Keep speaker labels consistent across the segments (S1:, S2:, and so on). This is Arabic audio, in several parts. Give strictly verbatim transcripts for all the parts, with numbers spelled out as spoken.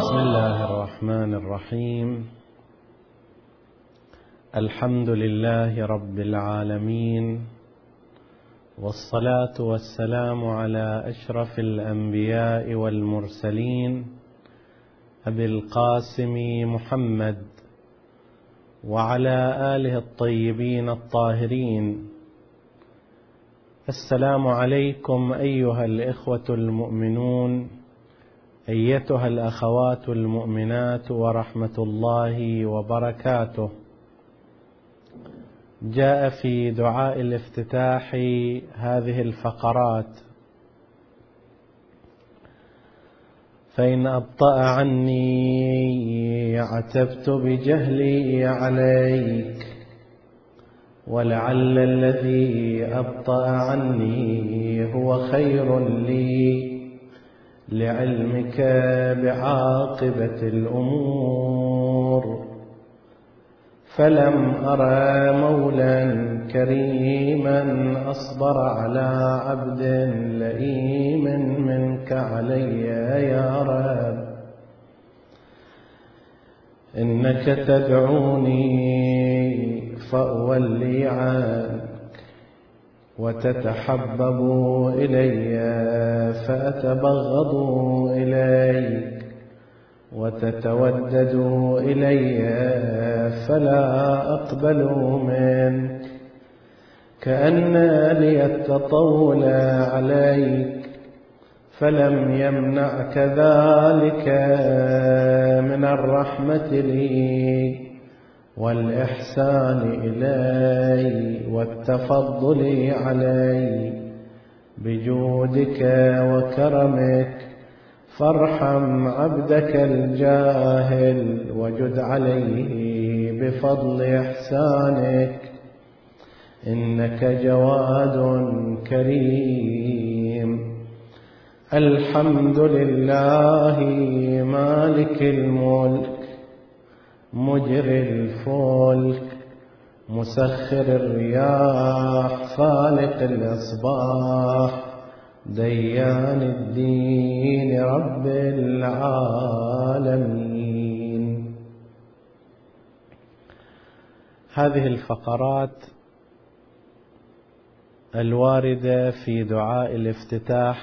S1: بسم الله الرحمن الرحيم. الحمد لله رب العالمين، والصلاة والسلام على أشرف الأنبياء والمرسلين أبي القاسم محمد وعلى آله الطيبين الطاهرين. السلام عليكم أيها الإخوة المؤمنون، أيتها الأخوات المؤمنات، ورحمة الله وبركاته. جاء في دعاء الافتتاح هذه الفقرات: فإن أبطأ عني عتبت بجهلي عليك، ولعل الذي أبطأ عني هو خير لي لعلمك بعاقبة الأمور. فلم أرى مولا كريما أصبر على عبد لئيم منك علي يا رب. إنك تدعوني فأولي عنك، وتتحبب إلي فأتبغض إليك، وتتودد إلي فلا أقبل منك. كأن لي التطول عليك، فلم يمنعك ذلك من الرحمة لي والإحسان إلي والتفضل علي بجودك وكرمك. فارحم عبدك الجاهل وجد عليه بفضل إحسانك، إنك جواد كريم. الحمد لله مالك الملك مجري الفلك مسخر الرياح فالق الإصباح ديان الدين رب العالمين. هذه الفقرات الواردة في دعاء الافتتاح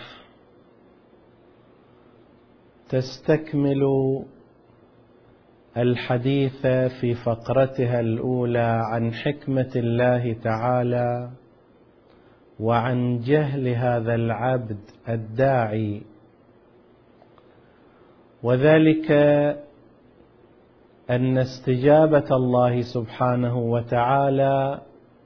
S1: تستكمل الحديث في فقرتها الأولى عن حكمة الله تعالى وعن جهل هذا العبد الداعي، وذلك أن استجابة الله سبحانه وتعالى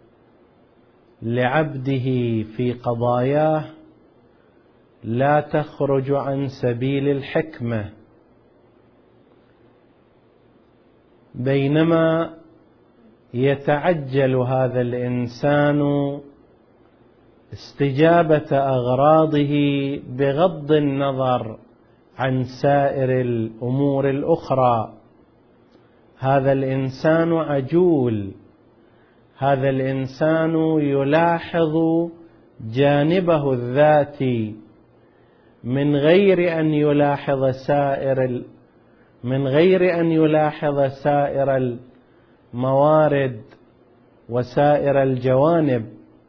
S1: لعبده في قضاياه لا تخرج عن سبيل الحكمة، بينما يتعجل هذا الإنسان استجابة أغراضه بغض النظر عن سائر الأمور الأخرى. هذا الإنسان عجول، هذا الإنسان يلاحظ جانبه الذاتي من غير أن يلاحظ سائر من غير أن يلاحظ سائر الموارد وسائر الجوانب.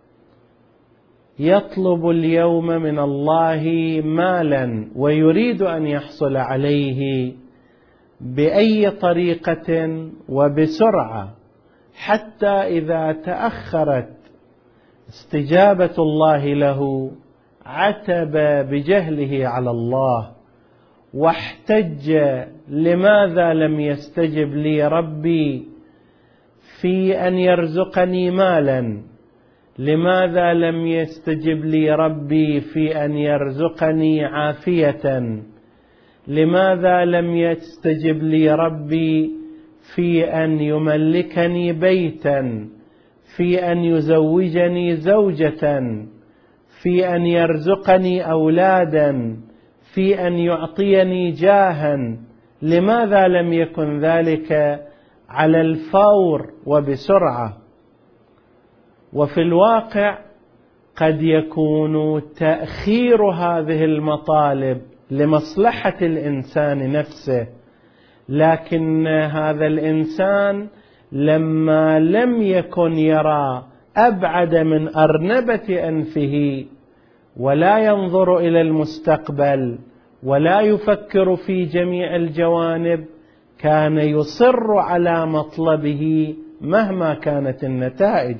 S1: يطلب اليوم من الله مالا ويريد أن يحصل عليه بأي طريقة وبسرعة، حتى إذا تأخرت استجابة الله له عتب بجهله على الله واحتج: لماذا لم يستجب لي ربي في أن يرزقني مالا؟ لماذا لم يستجب لي ربي في أن يرزقني عافية؟ لماذا لم يستجب لي ربي في أن يملكني بيتا، في أن يزوجني زوجة، في أن يرزقني أولادا، في أن يعطيني جاها؟ لماذا لم يكن ذلك على الفور وبسرعة؟ وفي الواقع قد يكون تأخير هذه المطالب لمصلحة الإنسان نفسه، لكن هذا الإنسان لما لم يكن يرى أبعد من أرنبة أنفه ولا ينظر إلى المستقبل ولا يفكر في جميع الجوانب، كان يصر على مطلبه مهما كانت النتائج.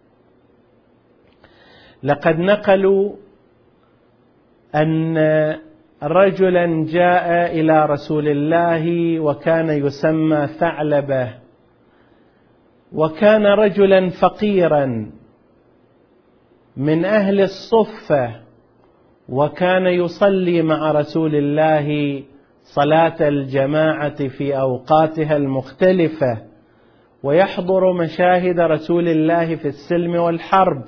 S1: لقد نقلوا أن رجلا جاء إلى رسول الله وكان يسمى ثعلبة، وكان رجلا فقيرا من أهل الصفة، وكان يصلي مع رسول الله صلاة الجماعة في أوقاتها المختلفة، ويحضر مشاهد رسول الله في السلم والحرب،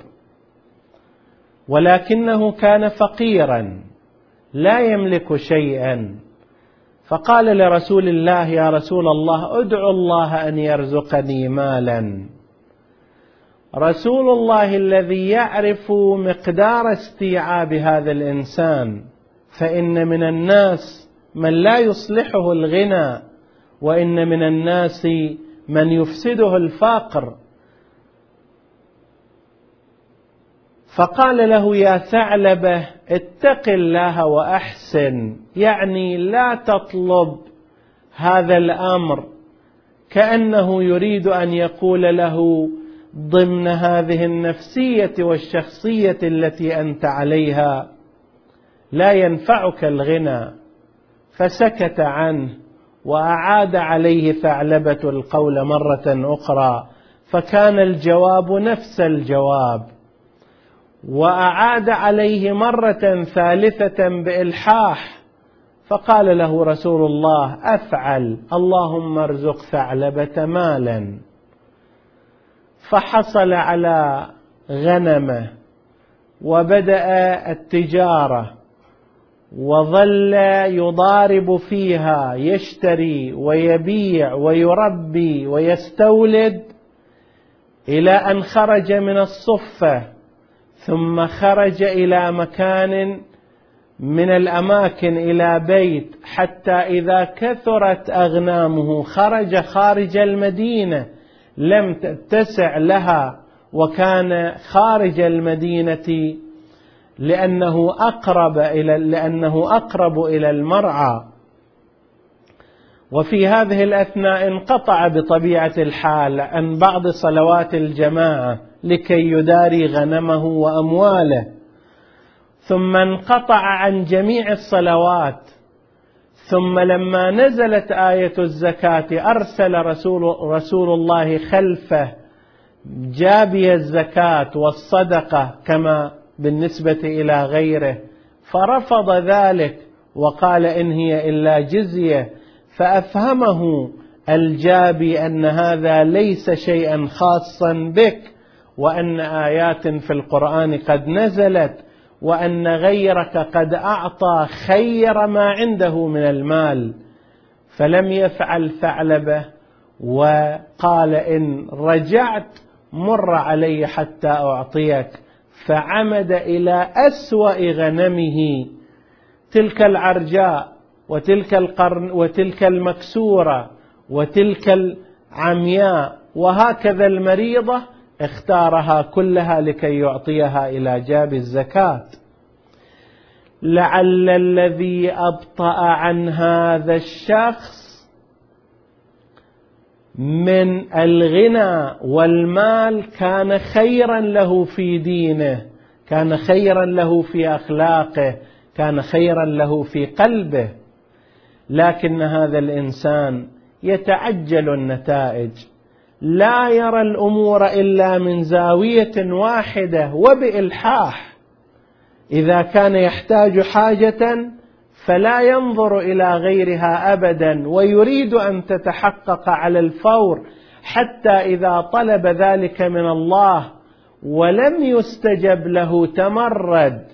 S1: ولكنه كان فقيرا لا يملك شيئا. فقال لرسول الله: يا رسول الله، ادعو الله أن يرزقني مالا. رسول الله الذي يعرف مقدار استيعاب هذا الإنسان، فإن من الناس من لا يصلحه الغنى، وإن من الناس من يفسده الفقر. فقال له: يا ثعلبة، اتق الله وأحسن، يعني لا تطلب هذا الأمر، كأنه يريد أن يقول له ضمن هذه النفسية والشخصية التي أنت عليها لا ينفعك الغنى. فسكت عنه، وأعاد عليه ثعلبة القول مرة أخرى، فكان الجواب نفس الجواب، وأعاد عليه مرة ثالثة بإلحاح. فقال له رسول الله: أفعل، اللهم ارزق ثعلبة مالا. فحصل على غنمه وبدأ التجارة، وظل يضارب فيها، يشتري ويبيع ويربي ويستولد، إلى أن خرج من الصفة، ثم خرج إلى مكان من الأماكن إلى بيت، حتى إذا كثرت أغنامه خرج خارج المدينة لم تتسع لها، وكان خارج المدينة لأنه أقرب إلى لأنه أقرب إلى المرعى. وفي هذه الأثناء انقطع بطبيعة الحال عن بعض صلوات الجماعة لكي يداري غنمه وأمواله، ثم انقطع عن جميع الصلوات. ثم لما نزلت آية الزكاة أرسل رسول, رسول الله خلفه جابي الزكاة والصدقة كما بالنسبة إلى غيره، فرفض ذلك وقال: إن هي إلا جزية. فأفهمه الجابي أن هذا ليس شيئا خاصا بك، وأن آيات في القرآن قد نزلت، وأن غيرك قد أعطى خير ما عنده من المال. فلم يفعل ثعلبة، وقال: إن رجعت مر علي حتى أعطيك. فعمد إلى أسوأ غنمه، تلك العرجاء وتلك القرن وتلك المكسورة وتلك العمياء وهكذا المريضة، اختارها كلها لكي يعطيها إلى جاب الزكاة. لعل الذي أبطأ عن هذا الشخص من الغنى والمال كان خيرا له في دينه، كان خيرا له في أخلاقه، كان خيرا له في قلبه. لكن هذا الإنسان يتعجل النتائج، لا يرى الأمور إلا من زاوية واحدة وبإلحاح. إذا كان يحتاج حاجة فلا ينظر إلى غيرها أبدا، ويريد أن تتحقق على الفور، حتى إذا طلب ذلك من الله ولم يستجب له تمرد،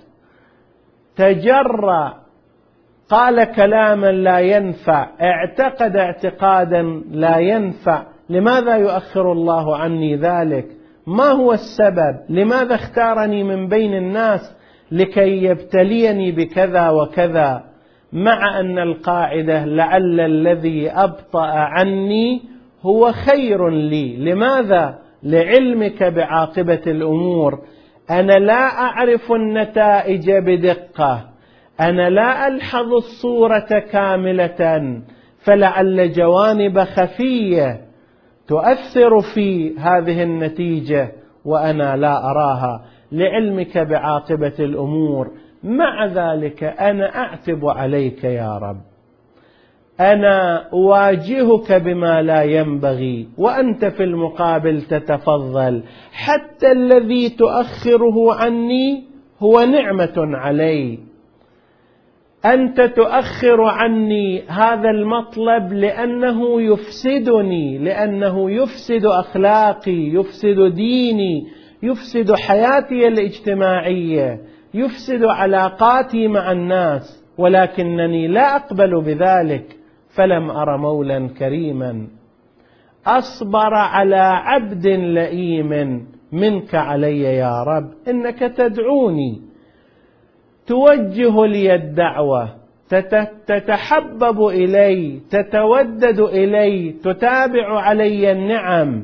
S1: تجرأ، قال كلاما لا ينفع، اعتقد اعتقادا لا ينفع. لماذا يؤخر الله عني ذلك؟ ما هو السبب؟ لماذا اختارني من بين الناس لكي يبتليني بكذا وكذا؟ مع أن القاعدة لعل الذي أبطأ عني هو خير لي. لماذا؟ لعلمك بعاقبة الأمور. أنا لا أعرف النتائج بدقة، أنا لا ألحظ الصورة كاملة، فلعل جوانب خفية تؤثر في هذه النتيجة وأنا لا أراها. لعلمك بعاقبة الأمور، مع ذلك أنا أعتب عليك يا رب، أنا أواجهك بما لا ينبغي، وأنت في المقابل تتفضل. حتى الذي تؤخره عني هو نعمة علي. أنت تؤخر عني هذا المطلب لأنه يفسدني، لأنه يفسد أخلاقي، يفسد ديني، يفسد حياتي الاجتماعية، يفسد علاقاتي مع الناس، ولكنني لا أقبل بذلك. فلم أر مولا كريما أصبر على عبد لئيم منك علي يا رب. إنك تدعوني، توجه لي الدعوة، تتحبب إلي، تتودد إلي، تتابع علي النعم،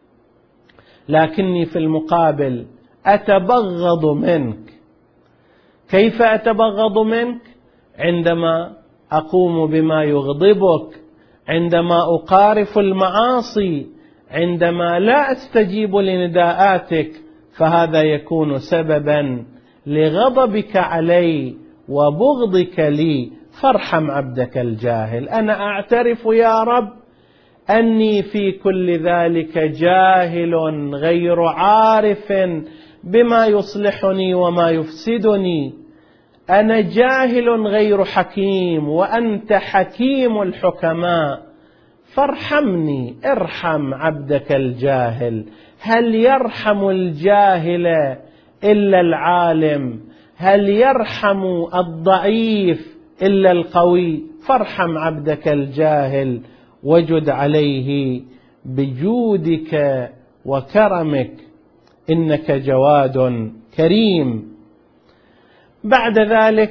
S1: لكني في المقابل أتبغض منك. كيف أتبغض منك؟ عندما أقوم بما يغضبك، عندما أقارف المعاصي، عندما لا أستجيب لنداءاتك، فهذا يكون سببا لغضبك علي وبغضك لي. فارحم عبدك الجاهل. أنا أعترف يا رب أني في كل ذلك جاهل غير عارف بما يصلحني وما يفسدني. أنا جاهل غير حكيم، وأنت حكيم الحكماء. فارحمني، ارحم عبدك الجاهل. هل يرحم الجاهل إلا العالم؟ هل يرحم الضعيف إلا القوي؟ فارحم عبدك الجاهل وجد عليه بجودك وكرمك، إنك جواد كريم. بعد ذلك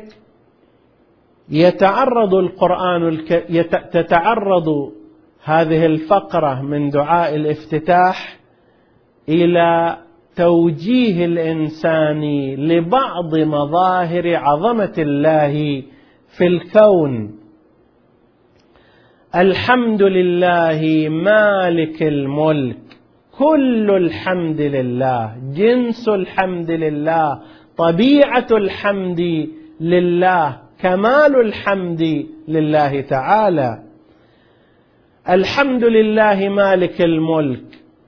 S1: يتعرض القرآن الك... يت... تتعرض هذه الفقرة من دعاء الافتتاح إلى توجيه الإنسان لبعض مظاهر عظمة الله في الكون. الحمد لله مالك الملك، كل الحمد لله، جنس الحمد لله، طبيعة الحمد لله، كمال الحمد لله تعالى. الحمد لله مالك الملك.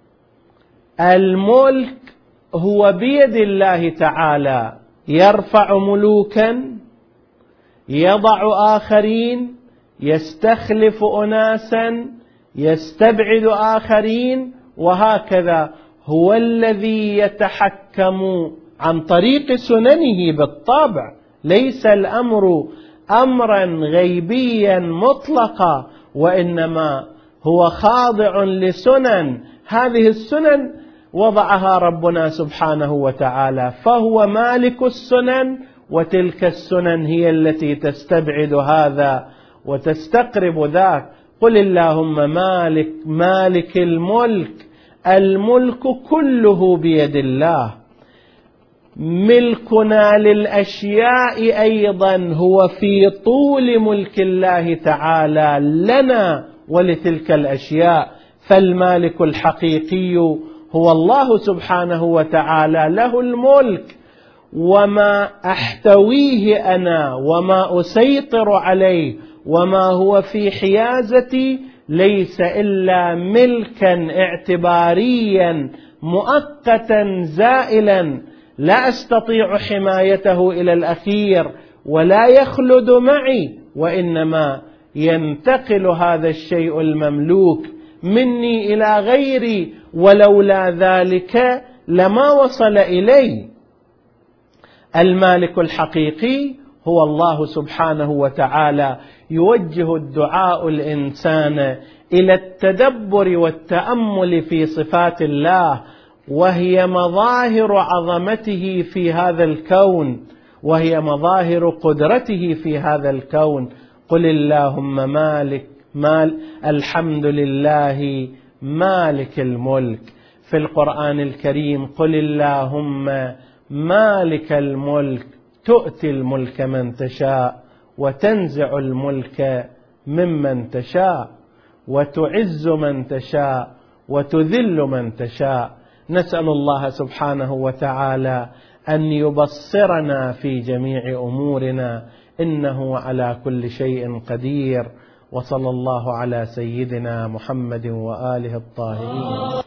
S1: الملك هو بيد الله تعالى، يرفع ملوكا، يضع آخرين، يستخلف أناسا، يستبعد آخرين، وهكذا. هو الذي يتحكم عن طريق سننه بالطبع، ليس الأمر أمرا غيبيا مطلقا، وإنما هو خاضع لسنن. هذه السنن وضعها ربنا سبحانه وتعالى، فهو مالك السنن، وتلك السنن هي التي تستبعد هذا وتستقرب ذاك. قل اللهم مالك مالك الملك. الملك كله بيد الله. ملكنا للأشياء أيضا هو في طول ملك الله تعالى لنا ولتلك الأشياء. فالمالك الحقيقي هو الله سبحانه وتعالى، له الملك، وما أحتويه أنا وما أسيطر عليه وما هو في حيازتي ليس إلا ملكا اعتباريا مؤقتا زائلا، لا أستطيع حمايته إلى الأخير ولا يخلد معي، وإنما ينتقل هذا الشيء المملوك مني إلى غيري، ولولا ذلك لما وصل إلي. المالك الحقيقي هو الله سبحانه وتعالى. يوجه الدعاء الإنسان إلى التدبر والتأمل في صفات الله، وهي مظاهر عظمته في هذا الكون، وهي مظاهر قدرته في هذا الكون. قل اللهم مالك مال الحمد لله مالك الملك. في القرآن الكريم قل اللهم مالك الملك تؤتي الملك من تشاء وتنزع الملك ممن تشاء وتعز من تشاء وتذل من تشاء. نسأل الله سبحانه وتعالى أن يبصرنا في جميع أمورنا، إنه على كل شيء قدير. وصلى الله على سيدنا محمد وآله الطاهرين.